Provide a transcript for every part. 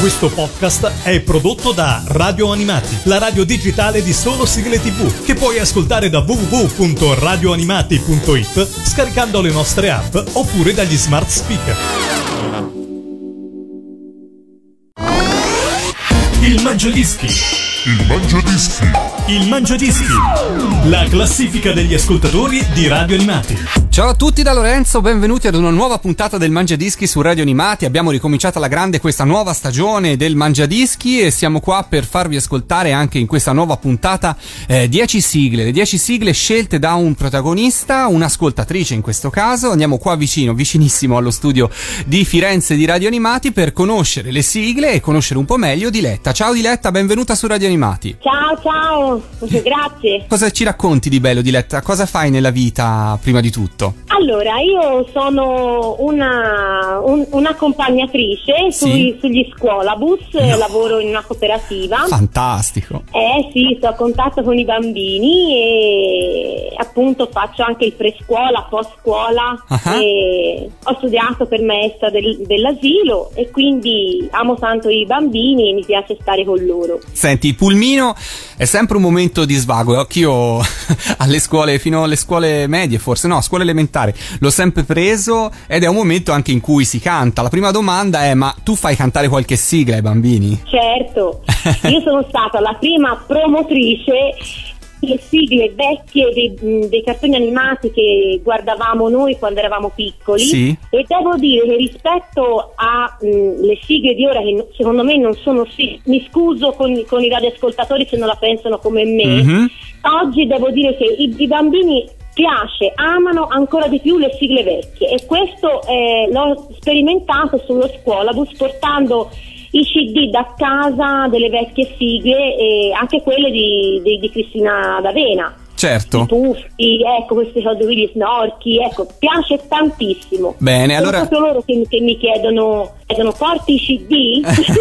Questo podcast è prodotto da Radio Animati, la radio digitale di solo sigle TV, che puoi ascoltare da www.radioanimati.it scaricando le nostre app oppure dagli smart speaker. Il Mangiadischi. Il Mangiadischi, la classifica degli ascoltatori di Radio Animati. Ciao a tutti da Lorenzo, benvenuti ad una nuova puntata del Mangiadischi su Radio Animati. Abbiamo ricominciato alla grande questa nuova stagione del Mangiadischi e siamo qua per farvi ascoltare anche in questa nuova puntata 10 sigle. Le 10 sigle scelte da un protagonista, un'ascoltatrice in questo caso. Andiamo qua vicinissimo allo studio di Firenze di Radio Animati per conoscere le sigle e conoscere un po' meglio Diletta. Ciao Diletta, benvenuta su Radio Animati. Ciao, grazie. Cosa ci racconti di bello, Diletta? Cosa fai nella vita prima di tutto? Allora, io sono un'accompagnatrice sugli scuolabus, lavoro in una cooperativa. Fantastico. Sì, sto a contatto con i bambini e appunto faccio anche il prescuola, post scuola. E ho studiato per maestra dell'asilo e quindi amo tanto i bambini e mi piace stare con loro. Senti, il pulmino è sempre un momento di svago. Anch'io alle scuole, fino alle scuole medie forse, no, scuole elementari, l'ho sempre preso ed è un momento anche in cui si canta. La prima domanda è: ma tu fai cantare qualche sigla ai bambini? Certo, io sono stata la prima promotrice le sigle vecchie dei cartoni animati che guardavamo noi quando eravamo piccoli. Sì. E devo dire che rispetto a le sigle di ora, che secondo me non sono mi scuso con i radioascoltatori se non la pensano come me, oggi devo dire che i bambini amano ancora di più le sigle vecchie e questo l'ho sperimentato sullo scuolabus portando i CD da casa delle vecchie sigle e anche quelle di Cristina D'Avena. Certo. I Puffi, ecco, queste cose qui, gli Snorchi, ecco, piace tantissimo. Bene, sono allora proprio loro che mi chiedono porti i CD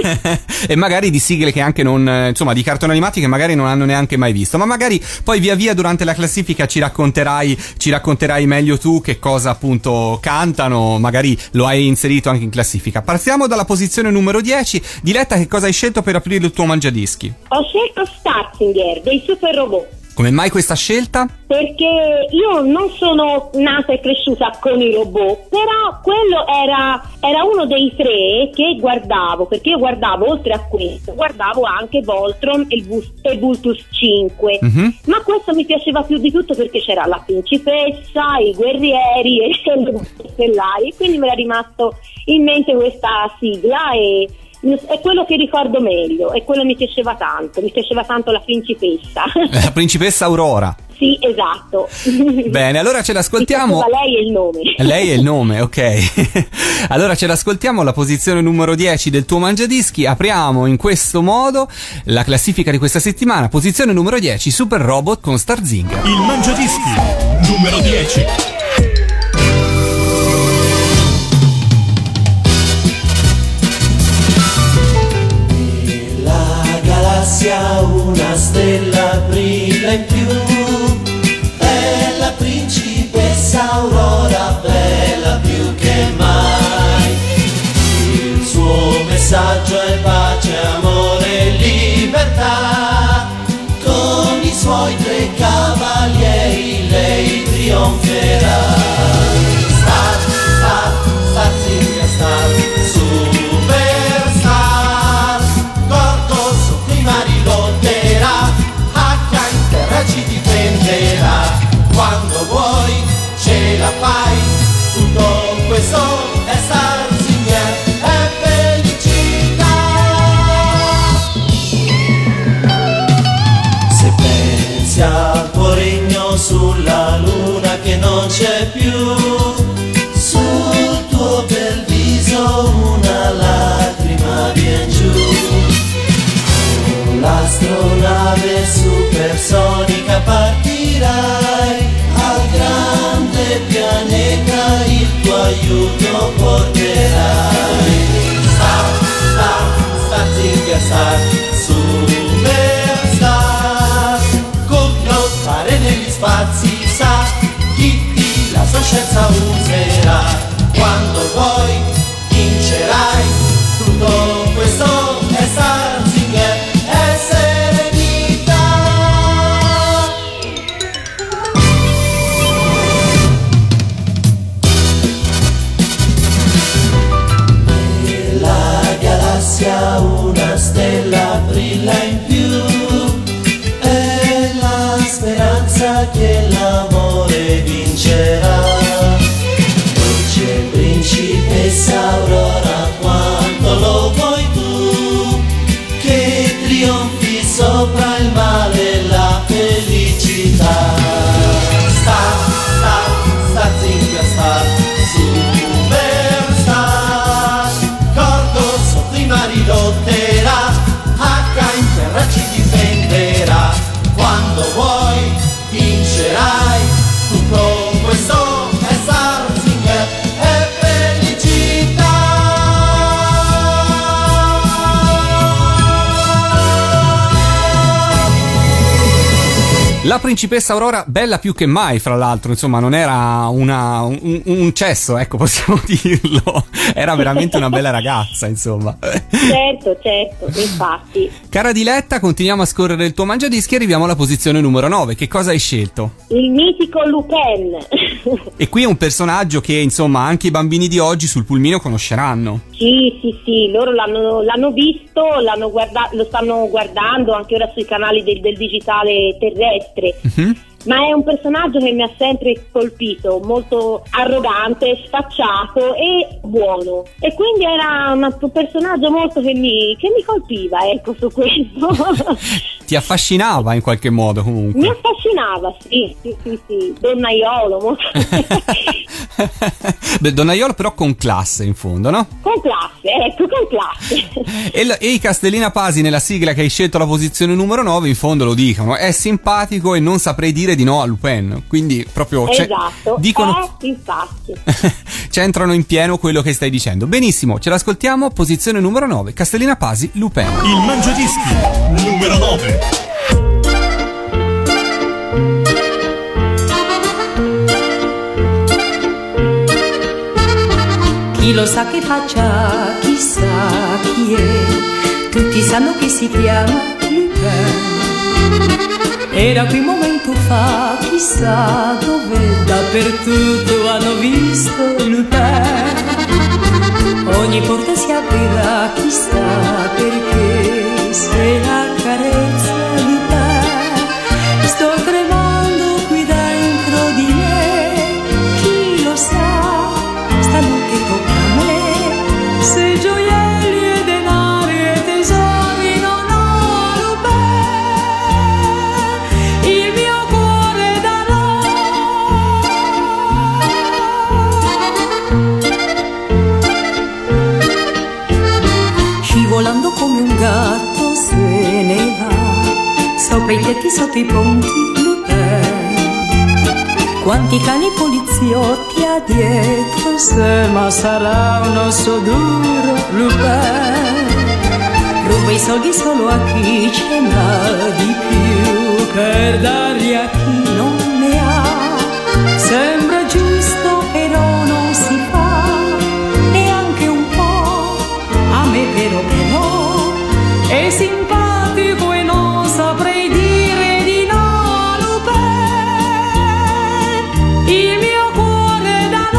e magari di sigle che anche non, insomma, di cartoni animati che magari non hanno neanche mai visto, ma magari poi via via durante la classifica ci racconterai meglio tu che cosa appunto cantano, magari lo hai inserito anche in classifica. Partiamo dalla posizione numero 10. Diletta, che cosa hai scelto per aprire il tuo Mangiadischi? Ho scelto Starzinger dei Super Robot. Come mai questa scelta? Perché io non sono nata e cresciuta con i robot, però quello era uno dei tre che guardavo, perché io guardavo, oltre a questo, guardavo anche Voltron e Vultus 5, ma questo mi piaceva più di tutto perché c'era la principessa, i guerrieri e le stellari, quindi mi era rimasto in mente questa sigla e è quello che ricordo meglio, è quello che mi piaceva tanto la principessa. La principessa Aurora. Sì, esatto. Bene, allora ce l'ascoltiamo. Lei è il nome. Lei è il nome, ok. Allora ce l'ascoltiamo alla posizione numero 10 del tuo Mangiadischi. Apriamo in questo modo la classifica di questa settimana. Posizione numero 10, Super Robot con Starzinger. Il Mangiadischi numero 10. Una stella brilla in più, è la principessa Aurora, bella più che mai. Il suo messaggio è pace, amore e libertà. Con i suoi tre cavalieri lei trionferà. Starzinger, superstar, corto prima rilotterà, acqua in terra ci difenderà. Quando vuoi ce la fai, tutto questo è Starzinger, è felicità. Se pensi al tuo regno sulla luna che non c'è più, sul tuo bel viso una lacrima vien giù. Con l'astronave supersonica partirai al grande pianeta, il tuo aiuto porterai. Starzinger, superstar, con lottare negli spazi sa chi la sua scienza userà. Quando vuoi vincerai, tutto questo sia una stella brilla in più, è la speranza che l'amore vincerà. Dolce principessa Aurora, quanto lo vuoi tu, che trionfi sopra il male e la felicità. Star, zinga, star, superstar, corto sotto i mari lotterà, H in terra ci difenderà, quando vuoi vincerai, tutto questo è Star Singer, è felicità. La principessa Aurora, bella più che mai, fra l'altro, insomma, non era un cesso, ecco, possiamo dirlo. Era veramente una bella ragazza, insomma. Certo, infatti. Cara Diletta, continuiamo a scorrere il tuo mangiadischi e arriviamo alla posizione numero 9. Che cosa hai scelto? Il mitico Lupin. E qui è un personaggio che, insomma, anche i bambini di oggi sul pulmino conosceranno. Sì, loro l'hanno visto, lo stanno guardando anche ora sui canali del digitale terrestre. Ma è un personaggio che mi ha sempre colpito, molto arrogante, sfacciato e buono. E quindi era un personaggio molto che mi colpiva, ecco, su questo. Ti affascinava in qualche modo, comunque. Mi affascinava, sì. Donnaiolo, molto. Beh, Donnaiolo però con classe, in fondo, no? Con classe. E i Castellina Pasi nella sigla che hai scelto la posizione numero 9 in fondo lo dicono, è simpatico e non saprei dire di no a Lupin, quindi proprio esatto, dicono, infatti. c'entrano in pieno quello che stai dicendo. Benissimo, ce l'ascoltiamo, posizione numero 9, Castellina Pasi, Lupin. Il Mangiadischi numero 9. Chi lo sa che faccia, chissà chi è, tutti sanno che si chiama Lupin. Era qui un momento fa, chissà dove, dappertutto hanno visto Lupin. Ogni porta si aprirà, chissà perché, se la carezza Lupin. Sto tremando qui dentro di me, chi lo sa, stanotte tocca a me, se gioielli e denari e tesori non ho Lupin, il mio cuore darò. Scivolando come un gatto se ne va, sopra i tetti, sotto i ponti, Lupin. Quanti cani poliziotti ha dietro se, ma sarà un osso duro, Lupin. Ruba i soldi solo a chi ce n'ha di più, per darli a chi non ne ha. Sembra giusto però non si fa, neanche un po', a me però è simpatico e non saprei dire di no, Lupin, il mio cuore darò.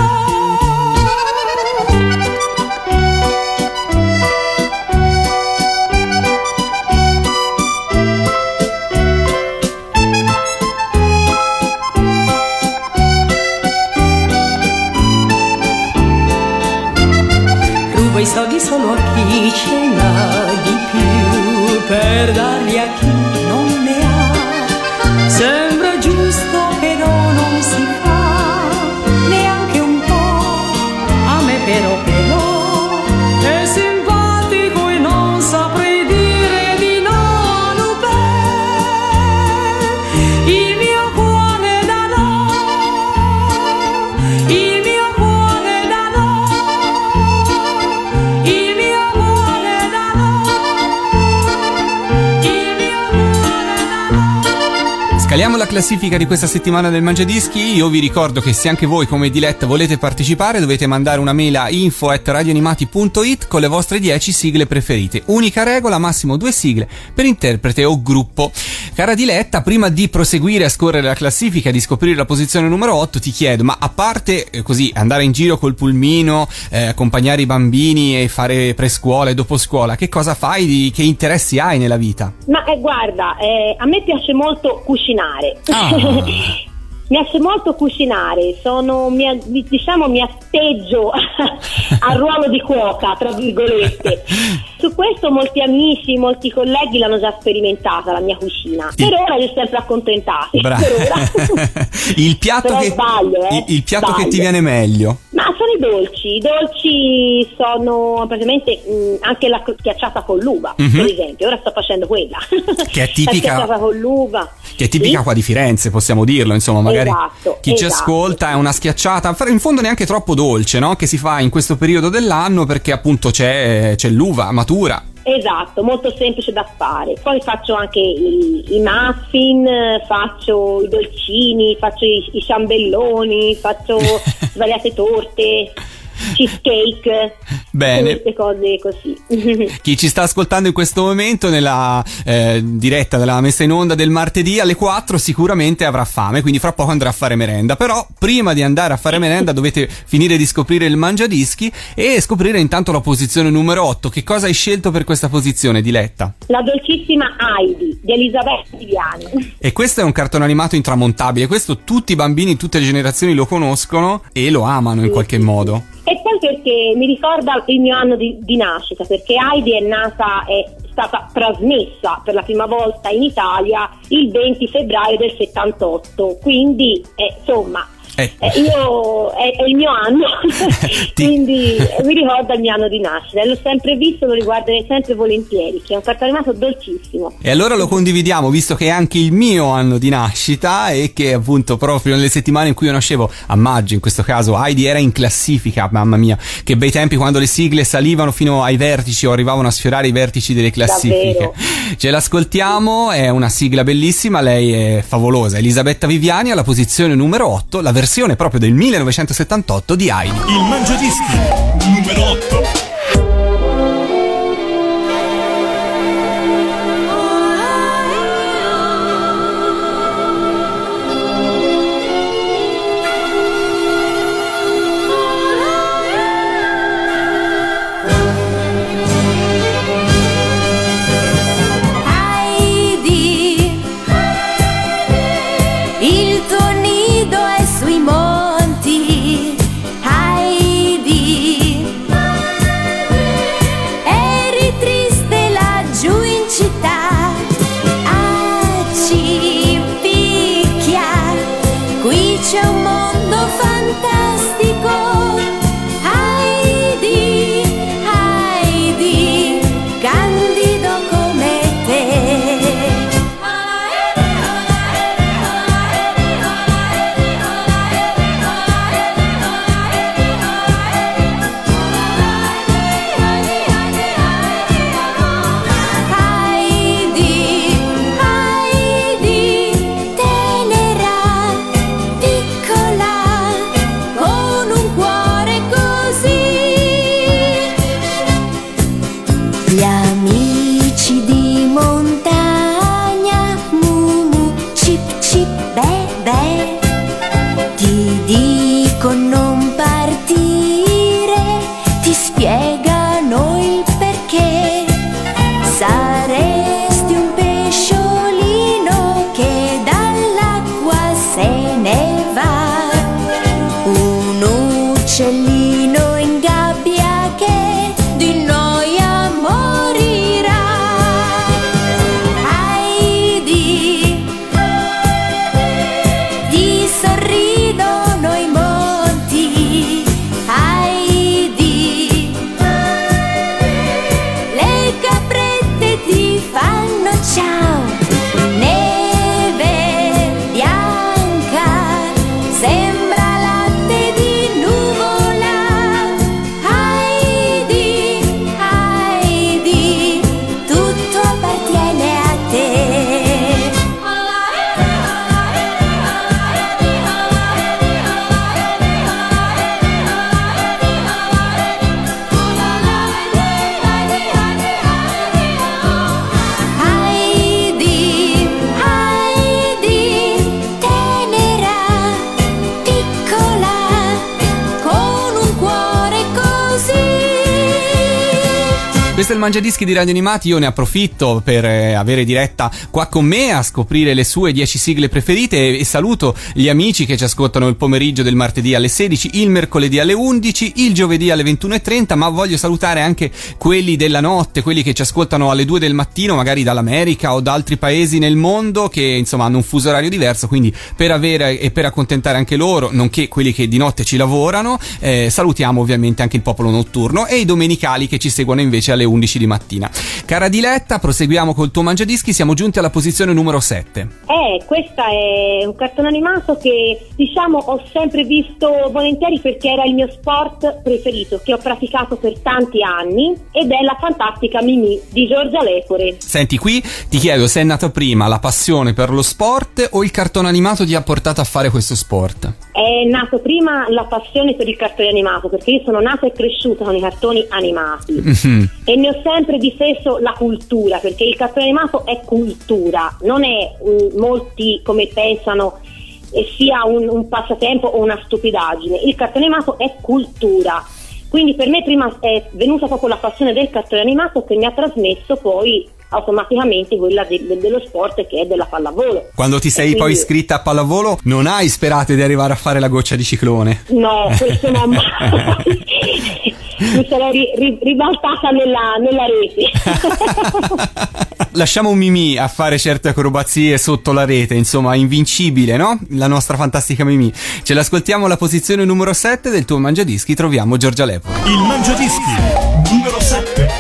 Ruba i soldi solo a chi ce n'ha di più, per darli a chi non ne ha. Sembra giusto però non si fa, neanche un po', a me però è simpatico e non saprei dire di no, Lupin, il mio cuore darò, il mio cuore darò, il mio cuore darò, il mio Caliamo la classifica di questa settimana del Mangiadischi. Io vi ricordo che se anche voi come Diletta volete partecipare dovete mandare una mail a info@radioanimati.it con le vostre 10 sigle preferite. Unica regola, massimo 2 sigle per interprete o gruppo. Cara Diletta, prima di proseguire a scorrere la classifica e di scoprire la posizione numero 8 ti chiedo, ma a parte così andare in giro col pulmino, accompagnare i bambini e fare prescuola e dopo scuola, che cosa fai, che interessi hai nella vita? Ma guarda, a me piace molto cucinare. Mi piace molto cucinare, mi atteggio al ruolo di cuoca, tra virgolette. Su questo molti amici, molti colleghi l'hanno già sperimentata, la mia cucina. Per ora li ho sempre accontentati. Per ora. Il piatto, il piatto che ti viene meglio? Ma sono i dolci. I dolci sono praticamente anche la schiacciata con l'uva, per esempio. Ora sto facendo quella. Che è tipica. La schiacciata con l'uva. Che è tipica qua di Firenze, possiamo dirlo, insomma, magari chi ci ascolta è una schiacciata, in fondo neanche troppo dolce, no? Che si fa in questo periodo dell'anno perché appunto c'è l'uva matura. Esatto, molto semplice da fare. Poi faccio anche i muffin, faccio i dolcini, faccio i ciambelloni, faccio svariate torte, cheesecake. Bene. Queste cose così. Chi ci sta ascoltando in questo momento nella diretta della messa in onda del martedì alle 4 sicuramente avrà fame, quindi fra poco andrà a fare merenda. Però prima di andare a fare merenda dovete finire di scoprire il Mangiadischi e scoprire intanto la posizione numero 8. Che cosa hai scelto per questa posizione, Diletta? La dolcissima Heidi di Elisabetta Viviani. E questo è un cartone animato intramontabile, questo tutti i bambini, tutte le generazioni lo conoscono e lo amano in qualche modo. E poi perché mi ricorda il mio anno di nascita, perché Heidi è stata trasmessa per la prima volta in Italia il 20 febbraio del 78, quindi insomma io è il mio anno quindi mi ricorda il mio anno di nascita, l'ho sempre visto, lo riguarderei sempre volentieri, che è un cartone animato dolcissimo. E allora lo condividiamo, visto che è anche il mio anno di nascita e che appunto proprio nelle settimane in cui io nascevo, a maggio in questo caso, Heidi era in classifica. Mamma mia, che bei tempi quando le sigle salivano fino ai vertici o arrivavano a sfiorare i vertici delle classifiche. Davvero. Ce l'ascoltiamo, è una sigla bellissima, lei è favolosa. Elisabetta Viviani alla posizione numero 8, la versione proprio del 1978 di Heidi. Il Mangiadischi numero 8. Questo è il Mangiadischi di Radio Animati. Io ne approfitto per avere diretta qua con me a scoprire le sue 10 sigle preferite e saluto gli amici che ci ascoltano il pomeriggio del martedì alle 16, il mercoledì alle 11, il giovedì alle 21:30, ma voglio salutare anche quelli della notte, quelli che ci ascoltano alle 2 del mattino, magari dall'America o da altri paesi nel mondo che insomma hanno un fuso orario diverso, quindi per avere e per accontentare anche loro, nonché quelli che di notte ci lavorano, salutiamo ovviamente anche il popolo notturno e i domenicali che ci seguono invece alle 11 di mattina. Cara Diletta, proseguiamo col tuo Mangiadischi, siamo giunti alla posizione numero 7. Questa è un cartone animato che diciamo ho sempre visto volentieri perché era il mio sport preferito, che ho praticato per tanti anni, ed è La fantastica Mimì di Giorgia Lepore. Senti, qui ti chiedo se è nata prima la passione per lo sport o il cartone animato ti ha portato a fare questo sport? È nato prima la passione per il cartone animato, perché io sono nata e cresciuta con i cartoni animati e ne ho sempre difeso la cultura, perché il cartone animato è cultura, non è molti come pensano sia un passatempo o una stupidaggine. Il cartone animato è cultura, quindi per me prima è venuta proprio la passione del cartone animato che mi ha trasmesso poi automaticamente quella dello sport, che è della pallavolo. Quando ti sei poi iscritta a pallavolo non hai sperato di arrivare a fare la goccia di ciclone? No, questo no, mai. Mi sarei ribaltata nella rete. Lasciamo Mimì a fare certe acrobazie sotto la rete, insomma invincibile, no? La nostra fantastica Mimì. Ce l'ascoltiamo alla posizione numero 7 del tuo Mangiadischi, troviamo Giorgia Lepore. Il Mangiadischi numero 7.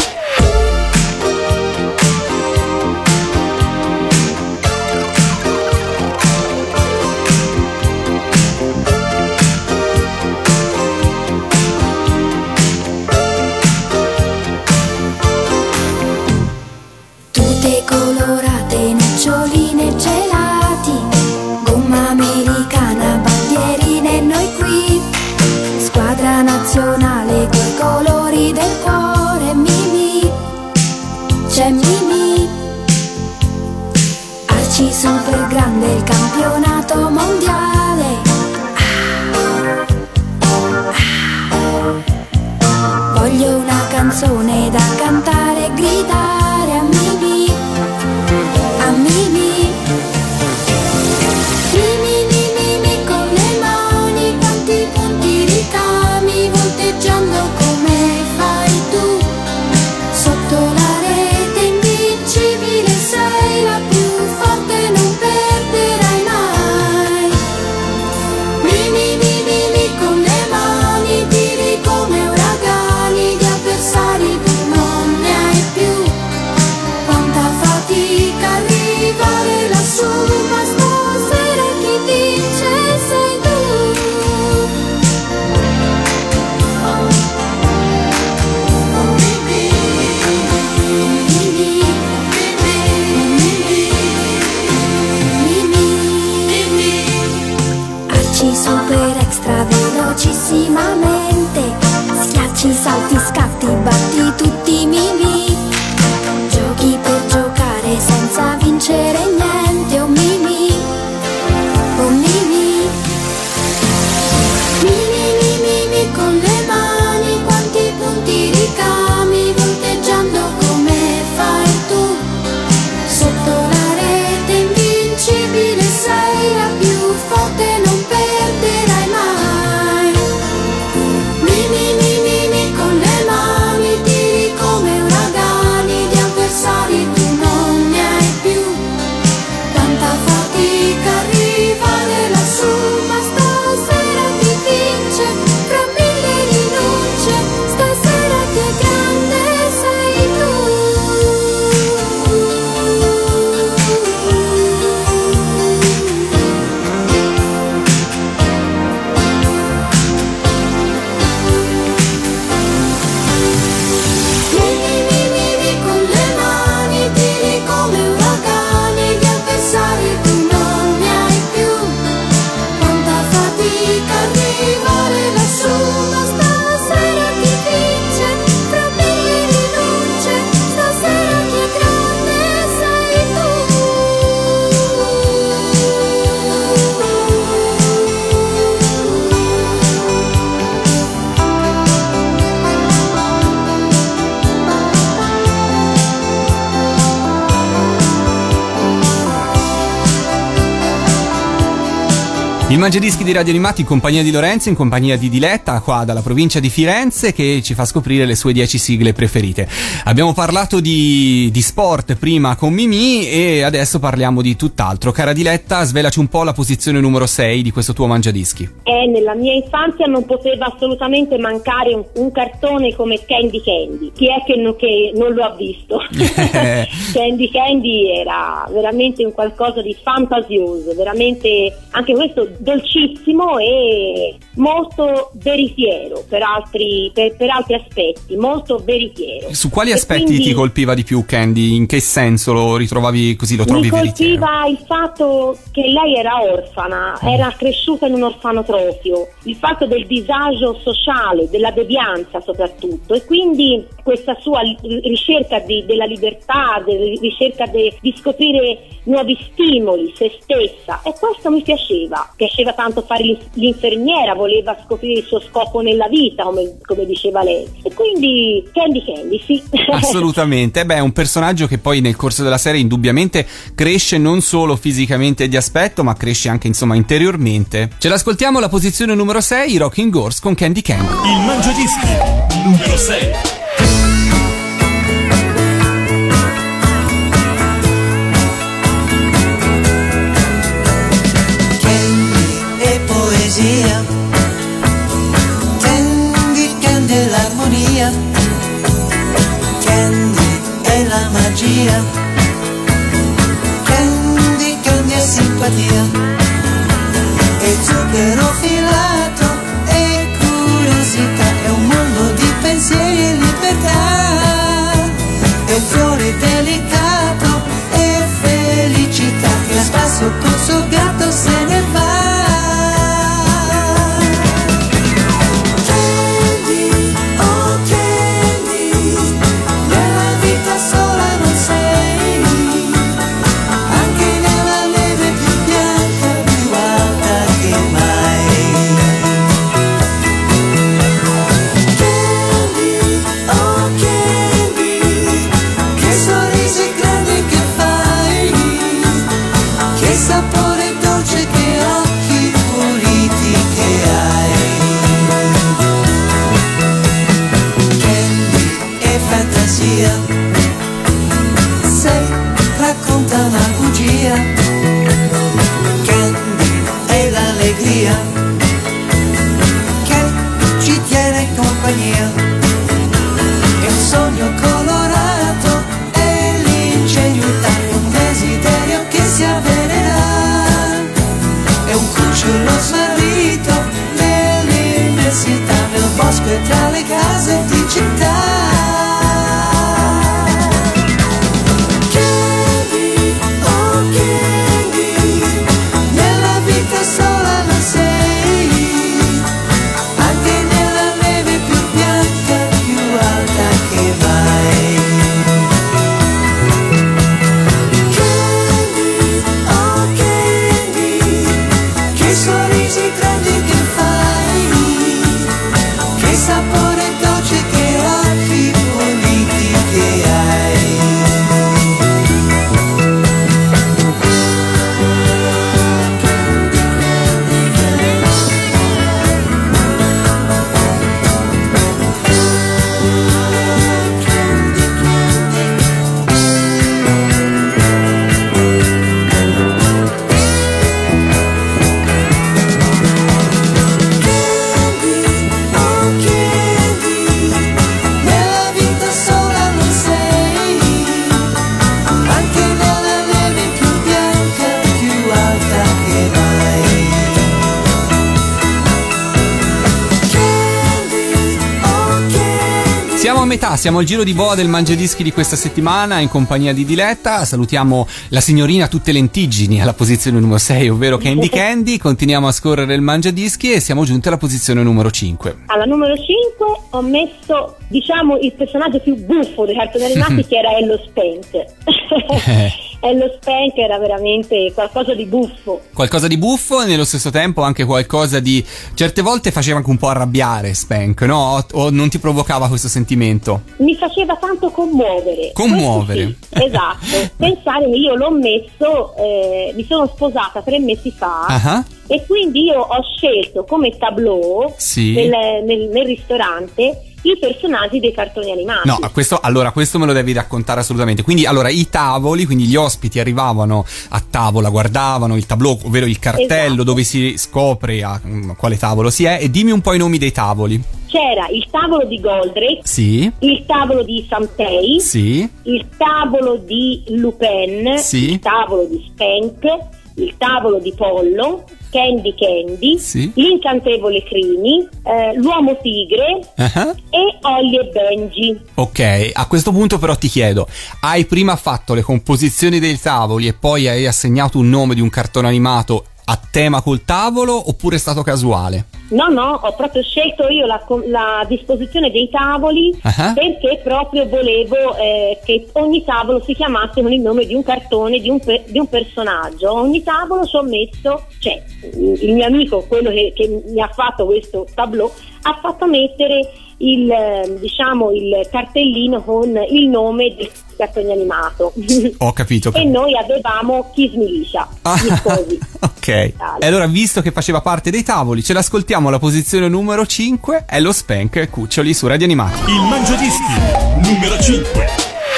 Colorate, noccioline, gelati, gomma americana, bandierine, noi qui, squadra nazionale coi colori del cuore, Mimì, c'è Mimì, Arci super grande, il campionato mondiale, voglio una canzone da cantare e gridare a Mimì. Mimì, Mimì, Mimì, con le mani quanti punti ricami, volteggiando come fai tu, sotto la rete invincibile sei la più forte, non perderai mai. Mimì, Mimì, Mimì, con le mani tiri come uragani gli avversari del mondo. Il Mangiadischi di Radio Animati in compagnia di Lorenzo, in compagnia di Diletta, qua dalla provincia di Firenze, che ci fa scoprire le sue 10 sigle preferite. Abbiamo parlato di sport prima con Mimì e adesso parliamo di tutt'altro. Cara Diletta, svelaci un po' la posizione numero 6 di questo tuo Mangiadischi. Nella mia infanzia non poteva assolutamente mancare un cartone come Candy Candy. Chi è che non lo ha visto? Candy Candy era veramente un qualcosa di fantasioso, veramente anche questo dolcissimo e molto veritiero per altri aspetti, molto veritiero. Su quali aspetti ti colpiva di più Candy? In che senso lo ritrovavi così, lo trovi veritiero? Mi colpiva il fatto che lei era orfana, era cresciuta in un orfanotrofio, il fatto del disagio sociale, della devianza soprattutto, e quindi questa sua ricerca della libertà, ricerca di scoprire nuovi stimoli, se stessa, e questo mi piaceva tanto fare l'infermiera, voleva scoprire il suo scopo nella vita, come diceva lei, e quindi Candy Candy, sì. Assolutamente, è un personaggio che poi nel corso della serie indubbiamente cresce non solo fisicamente di aspetto, ma cresce anche insomma interiormente. Ce l'ascoltiamo alla posizione numero 6, i Rocking Horse con Candy Candy. Il Mangiadischi numero 6. Candy, Candy è l'armonia, Candy è la magia, Candy, Candy è simpatia, è zucchero filato, è curiosità, è un mondo di pensieri e libertà, è un fiore delicato, è felicità, che a spasso col suo gatto se ne va. Se racconta una bugia, Candy è l'allegria che ci tiene in compagnia, è un sogno colorato, è l'ingenuità, è un desiderio che si avvererà, è un cucciolo smarrito nell'immensità, nel bosco e tra le case di città. Siamo al giro di boa del Mangiadischi di questa settimana in compagnia di Diletta. Salutiamo la signorina tutte lentiggini alla posizione numero 6, ovvero Candy Candy. Continuiamo a scorrere il Mangiadischi e siamo giunti alla posizione numero 5. Alla numero 5 ho messo, diciamo, il personaggio più buffo dei cartoni animati che era Ello Spank. Ello Spank era veramente qualcosa di buffo. Qualcosa di buffo e nello stesso tempo anche qualcosa di... Certe volte faceva anche un po' arrabbiare Spank, no? O non ti provocava questo sentimento? Mi faceva tanto commuovere. Commuovere? Sì, esatto. Pensare che io l'ho messo, mi sono sposata 3 mesi fa E quindi io ho scelto come tableau Sì. nel ristorante i personaggi dei cartoni animati. No, questo me lo devi raccontare assolutamente. Quindi, allora, i tavoli, quindi gli ospiti arrivavano a tavola, guardavano il tableau, ovvero il cartello, Esatto. dove si scopre a quale tavolo si è, e dimmi un po' i nomi dei tavoli. C'era il tavolo di Goldrake, Sì, il tavolo di Sanpei, sì, il tavolo di Lupin, Sì. il tavolo di Spank, il tavolo di Pollo, Candy, Sì. l'incantevole Crini, l'uomo tigre uh-huh. e Holly e Benji. Ok, a questo punto però ti chiedo, hai prima fatto le composizioni dei tavoli e poi hai assegnato un nome di un cartone animato a tema col tavolo, oppure è stato casuale? No, ho proprio scelto io la disposizione dei tavoli Uh-huh. perché proprio volevo che ogni tavolo si chiamasse con il nome di un cartone, di un personaggio. Ogni tavolo ci ho messo, cioè il mio amico, quello che mi ha fatto questo tableau, ha fatto mettere il cartellino con il nome del cartone animato. Ho capito. E noi avevamo Kiss Milicia, gli sposi. Ok, e allora, visto che faceva parte dei tavoli, ce l'ascoltiamo alla posizione numero 5, è lo Spank Cuccioli su Radio Animati. Il Mangiadischi numero 5.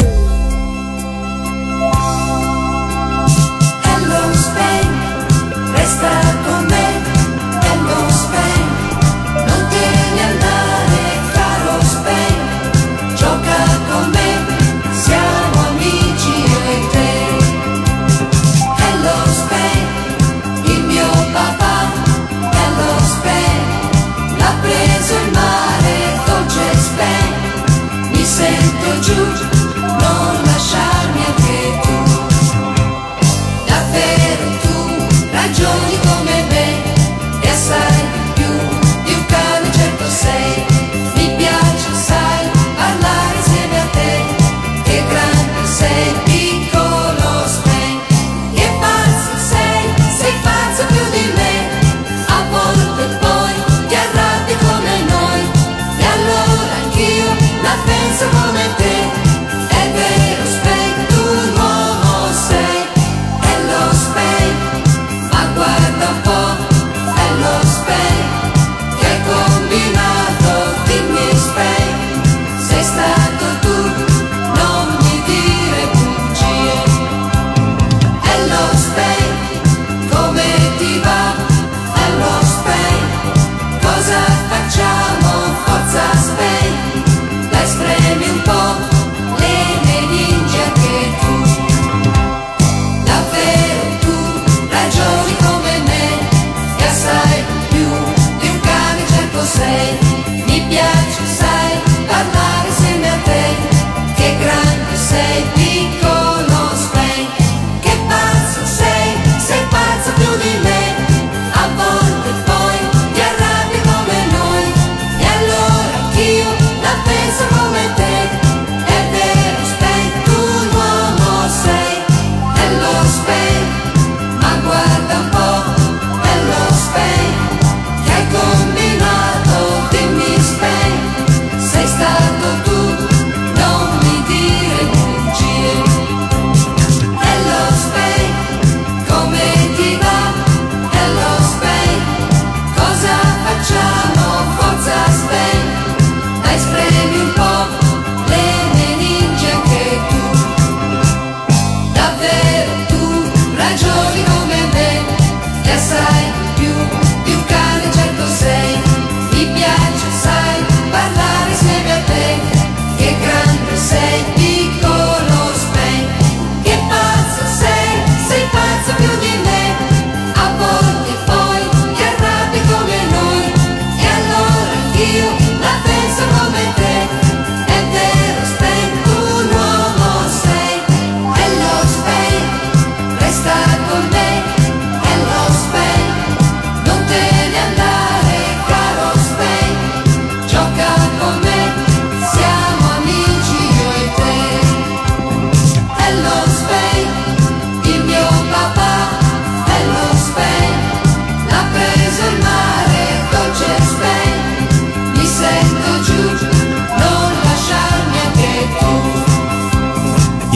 Hello Spank, resta con me. Hello Spank, non te ne andare, caro Spank. Gioca con me, siamo amici io e te. Hello Spank, il mio papà. Hello Spank, l'ha preso il mare, dolce Spank. Mi sento giù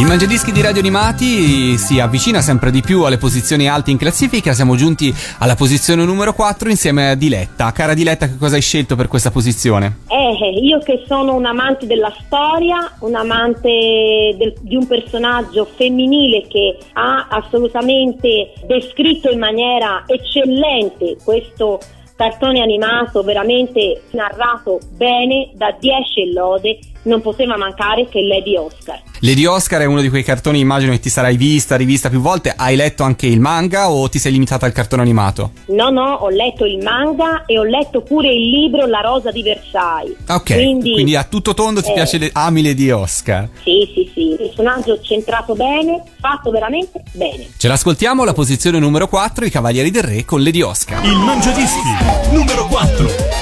Il Mangiadischi di Radio Animati si avvicina sempre di più alle posizioni alte in classifica. Siamo giunti alla posizione numero 4 insieme a Diletta. Cara Diletta, che cosa hai scelto per questa posizione? Io che sono un amante della storia, un amante di un personaggio femminile che ha assolutamente descritto in maniera eccellente questo cartone animato, veramente narrato bene, da 10 e lode, non poteva mancare che Lady Oscar. Lady Oscar è uno di quei cartoni, immagino che ti sarai rivista più volte. Hai letto anche il manga o ti sei limitata al cartone animato? No, ho letto il manga e ho letto pure il libro La Rosa di Versailles. Ok, quindi a tutto tondo ti piace, ami Lady Oscar. Sì, personaggio centrato bene, fatto veramente bene. Ce l'ascoltiamo, la posizione numero 4, I Cavalieri del Re con Lady Oscar. Il Mangiadischi numero 4.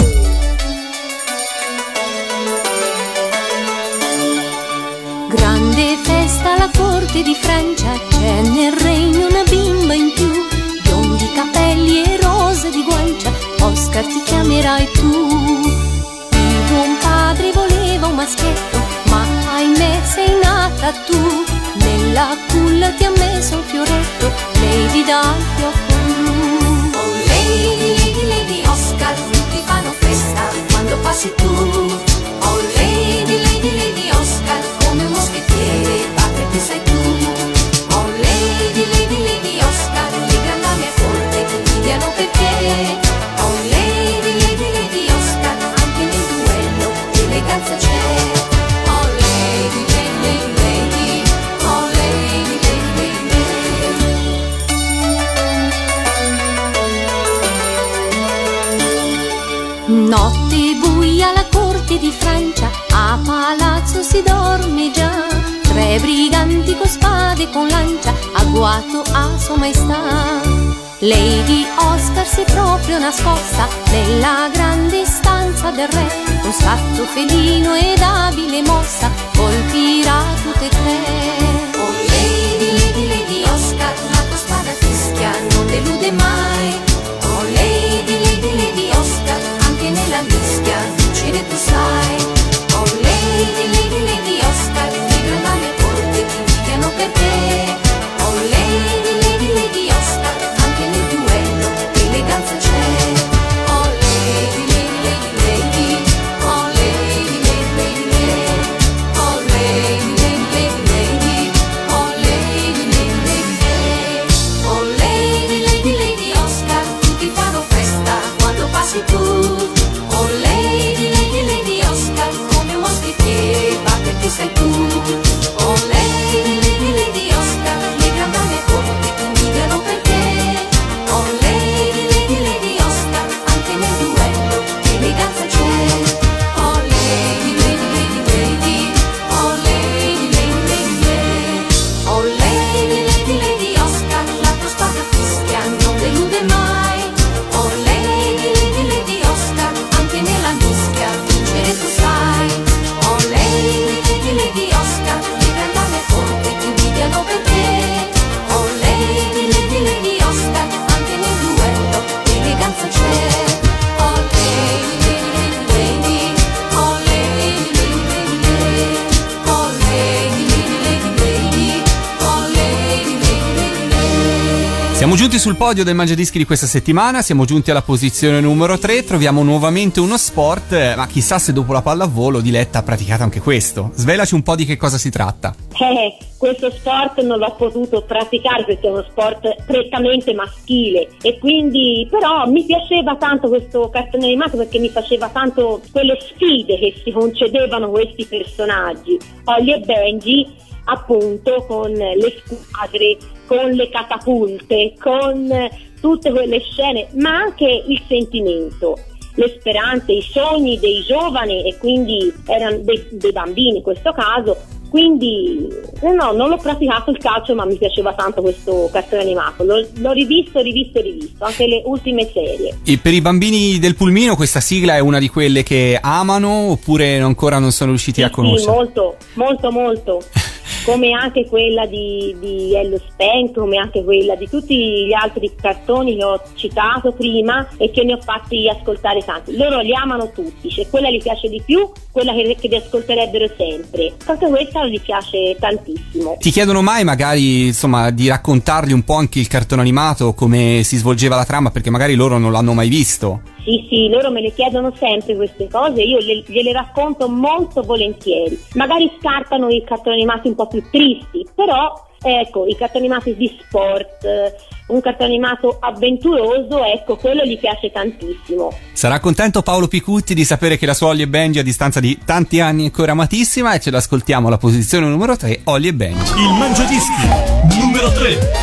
Grande festa alla corte di Francia, c'è nel regno una bimba in più, biondi capelli e rose di guancia, Oscar ti chiamerai tu. Il buon padre voleva un maschietto, ma ahimè sei nata tu, nella culla ti ha messo un fioretto, Lady dal fiocco blu. Oh Lady, Lady Oscar, tutti fanno festa quando passi tu. Oh Lady, Lady Oscar, come un moschettiere, batterti sei tu. Oh Lady, Lady Oscar, le grandi dame a corte ti invidiano per te. Oh Lady Oscar, anche nel duello eleganza c'è. Oh Lady, Lady, oh Lady, Lady. Notte buia alla corte di Francia, a palazzo si dorme già, 3 briganti con spade e con lancia, agguato a sua maestà. Lady Oscar si è proprio nascosta nella grande stanza del re, con scatto felino ed abile mossa colpirà tutte e 3. Oh Lady Oscar, la tua spada fischia non delude mai. Oh Lady Oscar, anche nella mischia vincere tu sai. Oh Lady Oscar, le grandi dame a corte ti invidiano per te. Oh Lady Oscar, anche nel duello eleganza c'è. Oh Lady, oh Lady, oh Lady, oh Lady, oh Lady Oscar, tutti fanno festa quando passi tu. Oh Lady Oscar, come un moschettiere, batterti sei tu. Oh Lady Oscar, le grandi dame a corte ti invidiano per te. Oh Lady Oscar, anche nel duello eleganza c'è. Oh Lady, oh Lady, oh Lady Oscar, la tua spada fischia non delude mai. Oh Lady Oscar, anche nella mischia vincere tu sai. Oh Lady Oscar, le grandi dame a corte ti invidiano per te. Oh Lady Oscar, anche nel duello eleganza c'è. Oh Lady, oh Lady, oh Lady. Siamo giunti sul podio del Mangiadischi di questa settimana, siamo giunti alla posizione numero 3, troviamo nuovamente uno sport, ma chissà se dopo la pallavolo Diletta ha praticato anche questo. Svelaci un po' di che cosa si tratta. Questo sport non l'ho potuto praticare perché è uno sport prettamente maschile e quindi però mi piaceva tanto questo cartone animato perché mi faceva tanto quelle sfide che si concedevano questi personaggi, Holly e Benji, appunto con le squadre, con le catapulte, con tutte quelle scene, ma anche il sentimento, le speranze, i sogni dei giovani e quindi erano dei bambini in questo caso. Quindi no, non l'ho praticato il calcio, ma mi piaceva tanto questo cartone animato. L'ho rivisto, anche le ultime serie. E per i bambini del pulmino questa sigla è una di quelle che amano oppure ancora non sono riusciti a conoscere? Sì, molto. come anche quella di Ello Spank, come anche quella di tutti gli altri cartoni che ho citato prima e che ne ho fatti ascoltare tanti. Loro li amano tutti, c'è quella gli piace di più, quella che li ascolterebbero sempre, anche questa gli piace tantissimo. Ti chiedono mai magari, insomma, di raccontargli un po' anche il cartone animato, come si svolgeva la trama, perché magari loro non l'hanno mai visto? Sì, loro me le chiedono sempre queste cose, io gliele racconto molto volentieri. Magari scartano i cartoni animati un po' più tristi, però ecco, i cartoni animati di sport, un cartone animato avventuroso, ecco, quello gli piace tantissimo. Sarà contento Paolo Picutti di sapere che la sua Holly e Benji a distanza di tanti anni è ancora amatissima, e ce l'ascoltiamo alla posizione numero 3, Holly e Benji. Il Mangiadischi numero 3.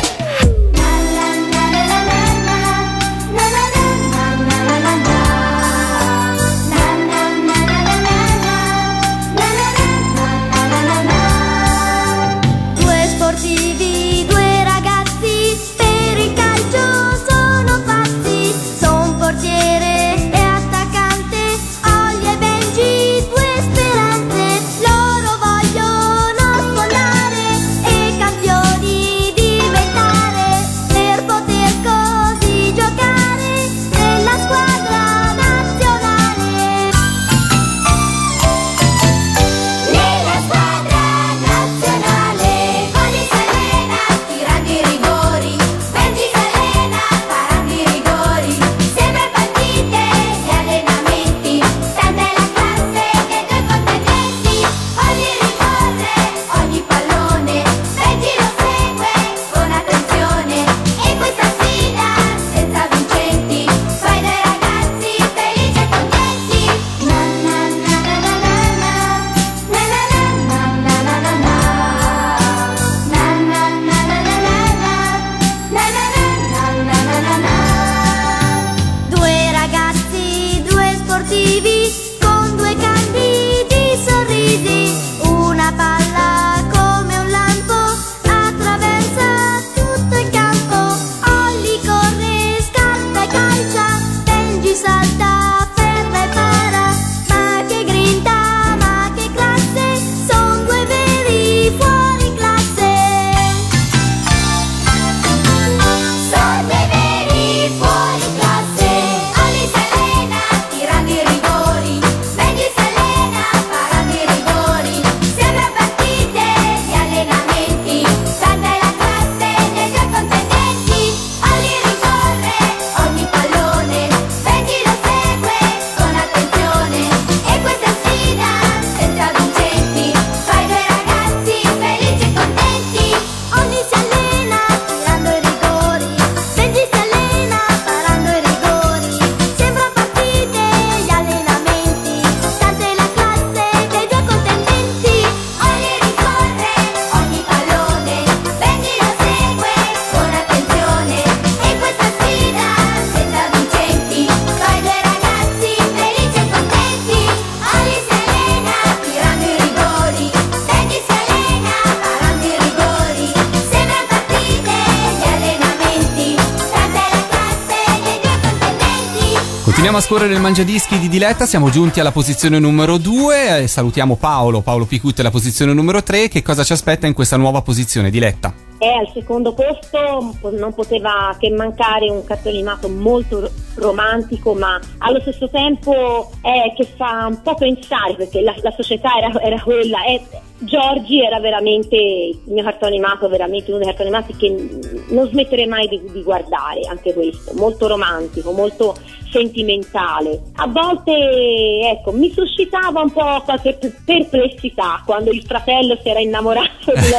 Continuiamo a scorrere il Mangiadischi di Diletta, siamo giunti alla posizione numero 2, salutiamo Paolo Picutti alla posizione numero 3, che cosa ci aspetta in questa nuova posizione, Diletta? Al secondo posto non poteva che mancare un cartone animato molto romantico, ma allo stesso tempo che fa un po' pensare, perché la società era quella. Giorgi era veramente il mio cartone animato, veramente uno dei cartoni animati che non smetterei mai di guardare, anche questo, molto romantico, molto sentimentale. A volte, ecco, mi suscitava un po' qualche perplessità quando il fratello si era innamorato di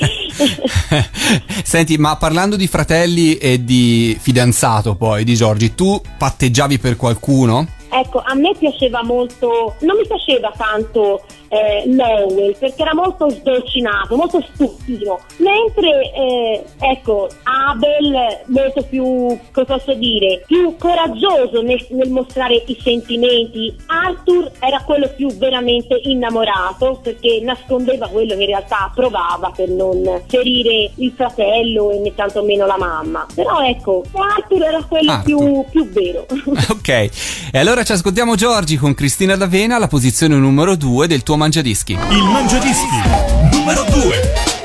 lei. Senti, ma parlando di fratelli e di fidanzato poi di Giorgi, tu patteggiavi per qualcuno? Ecco, a me piaceva molto, non mi piaceva tanto Lowell, perché era molto sdolcinato, molto stupido, mentre ecco, Abel molto più, come posso dire, più coraggioso nel mostrare i sentimenti. Arthur era quello più veramente innamorato, perché nascondeva quello che in realtà provava per non ferire il fratello e né tantomeno la mamma. Però ecco, Arthur era quello più vero. Ok, e allora ci ascoltiamo Giorgi con Cristina D'Avena alla posizione numero 2 del tuo Mangiadischi. Il Mangiadischi numero 2.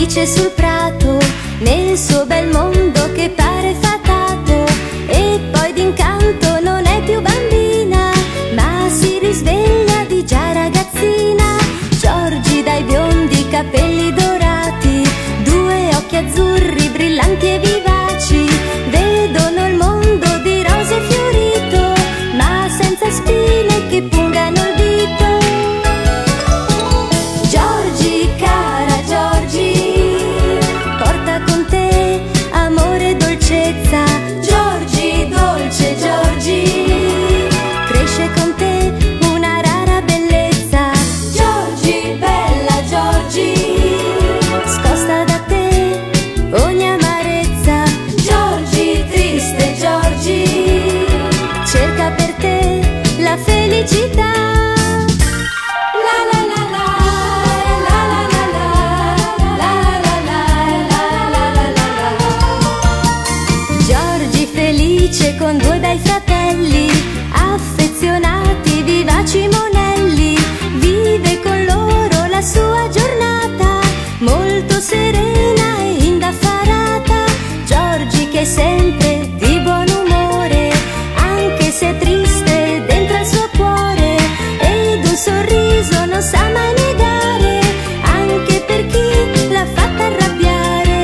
felice sul prato, nel suo bel mondo che pare fatato. E poi d'incanto non è più bambina, ma si risveglia di già ragazzina. Giorgi dai biondi capelli dorati, due occhi azzurri brillanti e vivaci, vedono il mondo di rose fiorito, ma senza spine che pungano il dito. Giorgi, cara Giorgi, porta con te amore e dolcezza. Giorgi, dolce Giorgi, cresce con te una rara bellezza. Giorgi, bella Giorgi, scosta da te ogni amarezza. Giorgi, triste Giorgi, cerca per te la felicità. La la la la, la la la la, la la la la. Giorgi felice con due bei fratelli, affezionati, vivaci monelli, vive con loro la sua giornata, molto serena e indaffarata. Giorgi che è sempre di buon umore, anche se è triste dentro il suo cuore, ed un sorriso non sa mai negare, anche per chi l'ha fatta arrabbiare.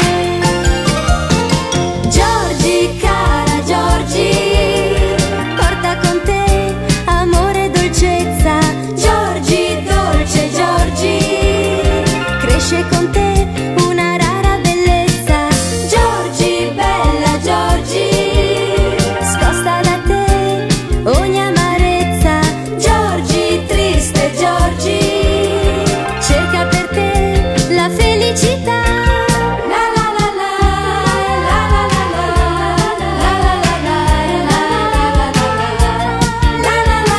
Giorgi, cara Giorgi, porta con te amore e dolcezza. Giorgi, dolce Giorgi, cresce con te una rara bellezza. Giorgi, bella Giorgi, scosta da te ogni amarezza. Giorgi, triste Giorgi, cerca per te la felicità. La la la la, la la la la, la la la la, la la la la, la la la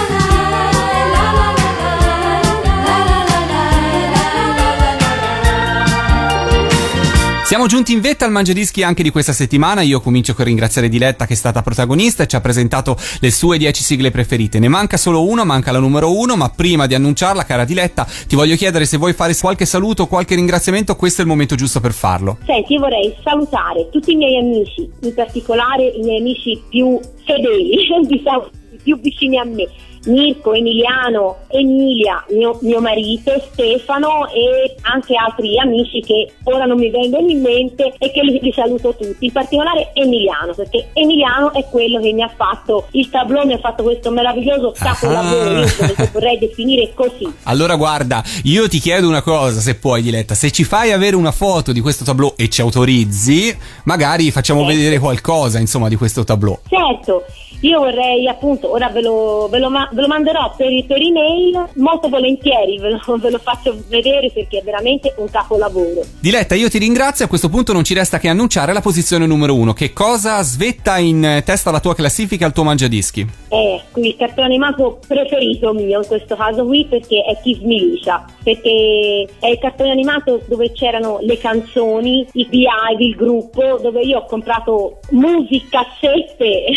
la. Siamo giunti in vetta al Mangiadischi anche di questa settimana. Io comincio con ringraziare Diletta che è stata protagonista e ci ha presentato le sue 10 sigle preferite. Ne manca solo una, manca la numero 1, ma prima di annunciarla, cara Diletta, ti voglio chiedere se vuoi fare qualche saluto, qualche ringraziamento. Questo è il momento giusto per farlo. Senti, io vorrei salutare tutti i miei amici, in particolare i miei amici più fedeli, diciamo, più vicini a me. Mirko, Emiliano, Emilia, mio marito, Stefano e anche altri amici che ora non mi vengono in mente e che li saluto tutti, in particolare Emiliano, perché Emiliano è quello che mi ha fatto il tableau, mi ha fatto questo meraviglioso capolavoro, io vorrei definire così. Allora guarda, io ti chiedo una cosa, se puoi Diletta, se ci fai avere una foto di questo tableau e ci autorizzi, magari facciamo vedere qualcosa insomma di questo tableau. Certo. Io vorrei appunto, ora ve lo manderò per email, molto volentieri ve lo faccio vedere perché è veramente un capolavoro. Diletta, io ti ringrazio, a questo punto non ci resta che annunciare la posizione numero 1. Che cosa svetta in testa alla tua classifica, al tuo Mangiadischi? Qui il cartone animato preferito mio in questo caso qui, perché è Kiss Me Licia, perché è il cartone animato dove c'erano le canzoni, i Beehive, il gruppo, dove io ho comprato musicassette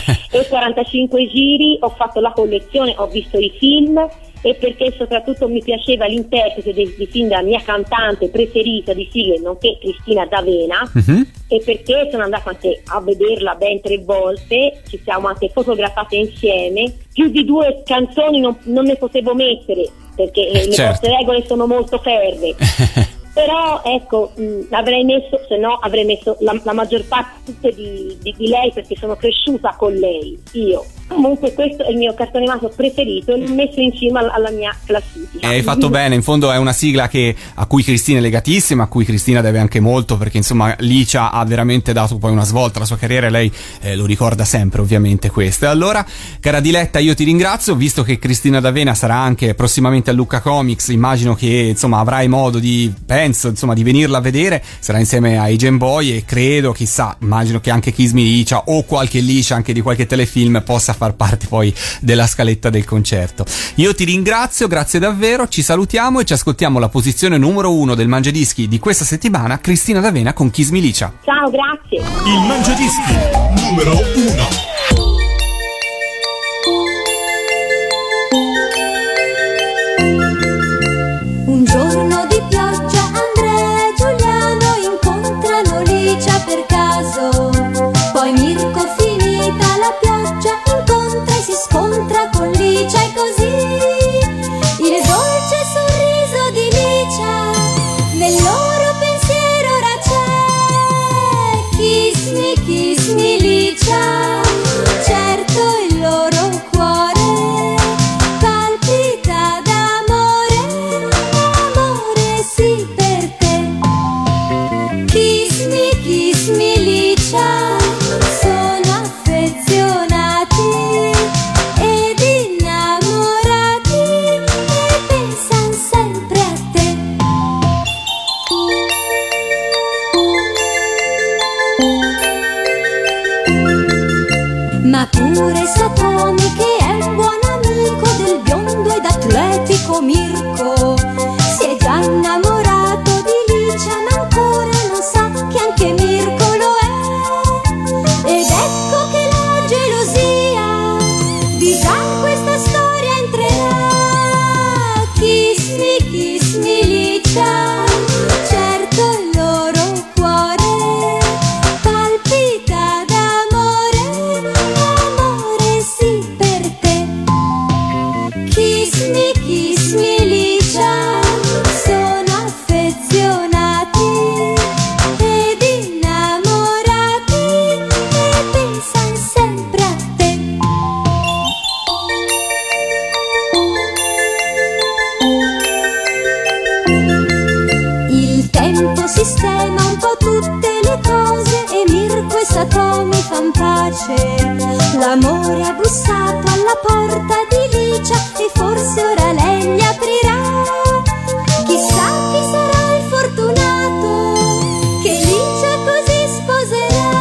e 45 giri, ho fatto la collezione, ho visto i film e perché soprattutto mi piaceva l'interprete dei film della mia cantante preferita di sigle, nonché Cristina D'Avena, e perché sono andata anche a vederla ben 3 volte, ci siamo anche fotografate insieme. Più di 2 canzoni non ne potevo mettere perché le vostre regole sono molto ferree. Però ecco, avrei messo, se no avrei messo la maggior parte di lei, perché sono cresciuta con lei, io. Comunque questo è il mio cartone animato preferito e l'ho messo in cima alla mia classifica. Hai fatto bene, in fondo è una sigla a cui Cristina è legatissima, a cui Cristina deve anche molto, perché insomma Licia ha veramente dato poi una svolta alla sua carriera e lei lo ricorda sempre ovviamente questo. E allora, cara Diletta, io ti ringrazio, visto che Cristina D'Avena sarà anche prossimamente a Lucca Comics, immagino che insomma avrai modo di venirla a vedere, sarà insieme ai Gen Boy e credo, chissà, immagino che anche Kiss Me Licia o qualche Licia anche di qualche telefilm possa far parte poi della scaletta del concerto. Io ti ringrazio, grazie davvero, ci salutiamo e ci ascoltiamo la posizione numero 1 del Mangiadischi di questa settimana, Cristina D'Avena con Kiss Me Licia. Ciao, grazie. Il Mangiadischi numero 1. Un giorno di pioggia Andrea e Giuliano spiaggia incontra e si scontra con Licia e così il dolce sorriso di Licia nel loro pensiero ora c'è. Kiss me Licia, certo il loro cuore palpita d'amore, amore sì per te. Kiss me Licia, sono affezionati ed innamorati e pensan sempre a te. Ma pure Satomi, che è un buon amico del biondo ed atletico Mirko, si è già innamorato di Licia, ma ancora non sa che anche Mirko lo è. Ed ecco che la gelosia di già questa storia entrerà. Kiss me Licia, certo il loro cuore palpita d'amore, amore sì per te. Kiss me Licia, sono affezionati ed innamorati e pensan sempre a te. Il tempo sistema un po' tutte le cose e Mirko e Satomi fan pace. L'amore ha bussato alla porta di Licia e forse ora lei gli aprirà. Chissà chi sarà il fortunato che Licia così sposerà.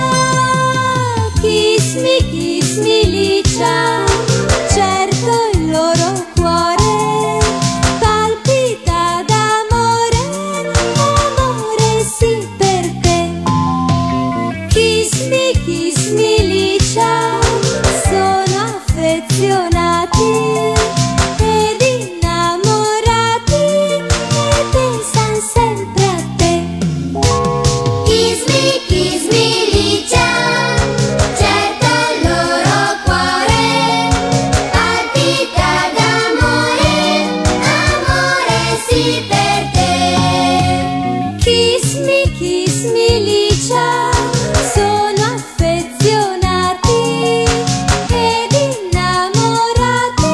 Kiss me Licia, certo il loro cuore palpita d'amore, amore sì per te. Kiss me Licia, sono affezionati ed innamorati e pensan sempre a te. Kiss me Licia, certo il loro cuore palpita d'amore, amore sì per te. Kiss me Licia, sono affezionati ed innamorati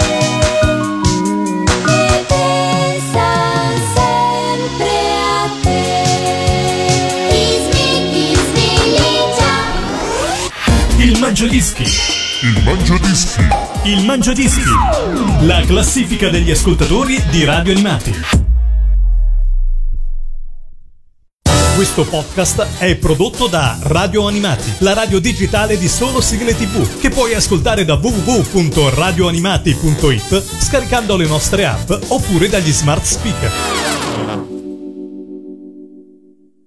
e pensan sempre a te. Kiss me Licia. Il Mangiadischi. Il Mangiadischi. La classifica degli ascoltatori di Radio Animati. Questo podcast è prodotto da Radio Animati, la radio digitale di solo sigle TV, che puoi ascoltare da www.radioanimati.it scaricando le nostre app oppure dagli smart speaker.